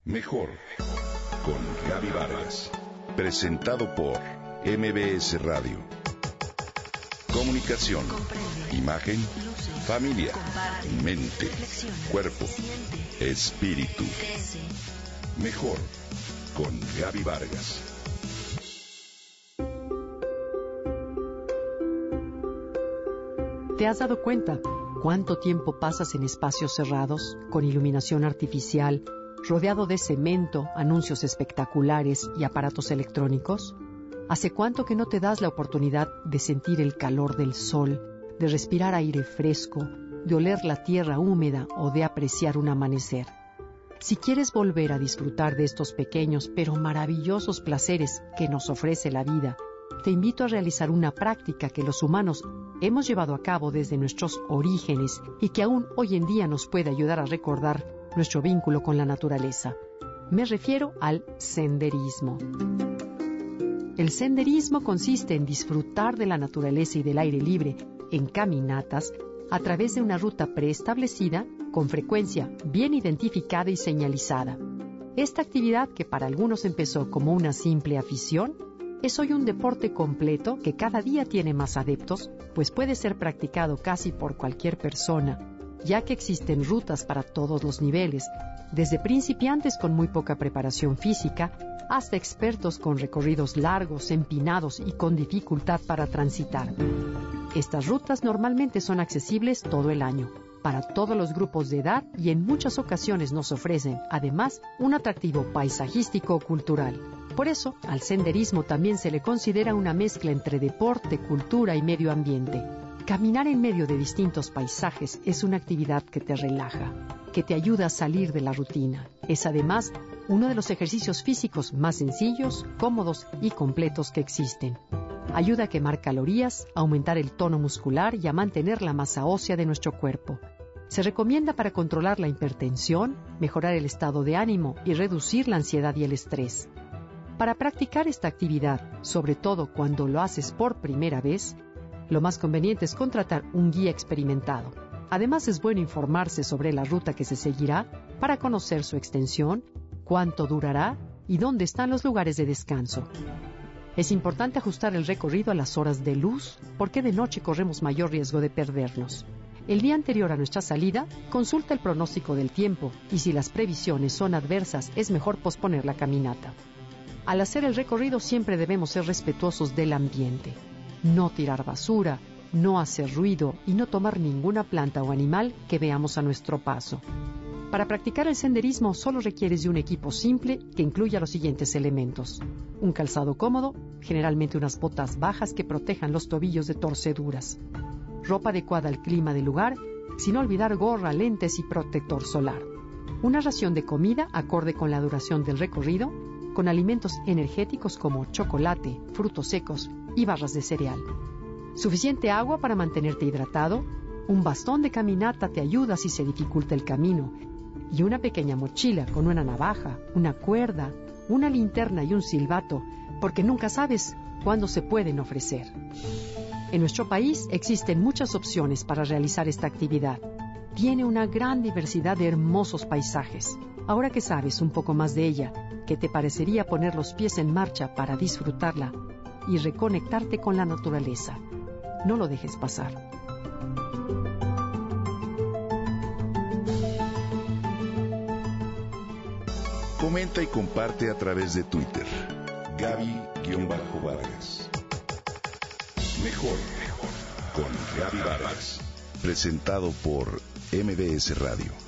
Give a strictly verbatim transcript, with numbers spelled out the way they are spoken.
Mejor con Gaby Vargas. Presentado por M B S Radio. Comunicación, imagen, familia, mente, cuerpo, espíritu. Mejor con Gaby Vargas. ¿Te has dado cuenta cuánto tiempo pasas en espacios cerrados, con iluminación artificial, rodeado de cemento, anuncios espectaculares y aparatos electrónicos? ¿Hace cuánto que no te das la oportunidad de sentir el calor del sol, de respirar aire fresco, de oler la tierra húmeda o de apreciar un amanecer? Si quieres volver a disfrutar de estos pequeños pero maravillosos placeres que nos ofrece la vida, te invito a realizar una práctica que los humanos hemos llevado a cabo desde nuestros orígenes y que aún hoy en día nos puede ayudar a recordar nuestro vínculo con la naturaleza. Me refiero al senderismo. El senderismo consiste en disfrutar de la naturaleza y del aire libre en caminatas a través de una ruta preestablecida, con frecuencia bien identificada y señalizada. Esta actividad, que para algunos empezó como una simple afición, es hoy un deporte completo que cada día tiene más adeptos, pues puede ser practicado casi por cualquier persona, ya que existen rutas para todos los niveles, desde principiantes con muy poca preparación física hasta expertos con recorridos largos, empinados y con dificultad para transitar. Estas rutas normalmente son accesibles todo el año, para todos los grupos de edad, y en muchas ocasiones nos ofrecen, además, un atractivo paisajístico o cultural. Por eso, al senderismo también se le considera una mezcla entre deporte, cultura y medio ambiente. Caminar en medio de distintos paisajes es una actividad que te relaja, que te ayuda a salir de la rutina. Es además uno de los ejercicios físicos más sencillos, cómodos y completos que existen. Ayuda a quemar calorías, a aumentar el tono muscular y a mantener la masa ósea de nuestro cuerpo. Se recomienda para controlar la hipertensión, mejorar el estado de ánimo y reducir la ansiedad y el estrés. Para practicar esta actividad, sobre todo cuando lo haces por primera vez, lo más conveniente es contratar un guía experimentado. Además, es bueno informarse sobre la ruta que se seguirá para conocer su extensión, cuánto durará y dónde están los lugares de descanso. Es importante ajustar el recorrido a las horas de luz, porque de noche corremos mayor riesgo de perdernos. El día anterior a nuestra salida, consulta el pronóstico del tiempo y si las previsiones son adversas, es mejor posponer la caminata. Al hacer el recorrido siempre debemos ser respetuosos del ambiente. No tirar basura, no hacer ruido y no tomar ninguna planta o animal que veamos a nuestro paso. Para practicar el senderismo solo requieres de un equipo simple que incluya los siguientes elementos: un calzado cómodo, generalmente unas botas bajas que protejan los tobillos de torceduras, ropa adecuada al clima del lugar, sin olvidar gorra, lentes y protector solar, una ración de comida acorde con la duración del recorrido, con alimentos energéticos como chocolate, frutos secos y barras de cereal, suficiente agua para mantenerte hidratado, un bastón de caminata te ayuda si se dificulta el camino, y una pequeña mochila con una navaja, una cuerda, una linterna y un silbato, porque nunca sabes cuándo se pueden ofrecer. En nuestro país existen muchas opciones para realizar esta actividad. Tiene una gran diversidad de hermosos paisajes. Ahora que sabes un poco más de ella, ¿qué te parecería poner los pies en marcha para disfrutarla y reconectarte con la naturaleza? No lo dejes pasar. Comenta y comparte a través de Twitter. Gaby-Vargas. Mejor con Gaby Vargas. Presentado por M B S Radio.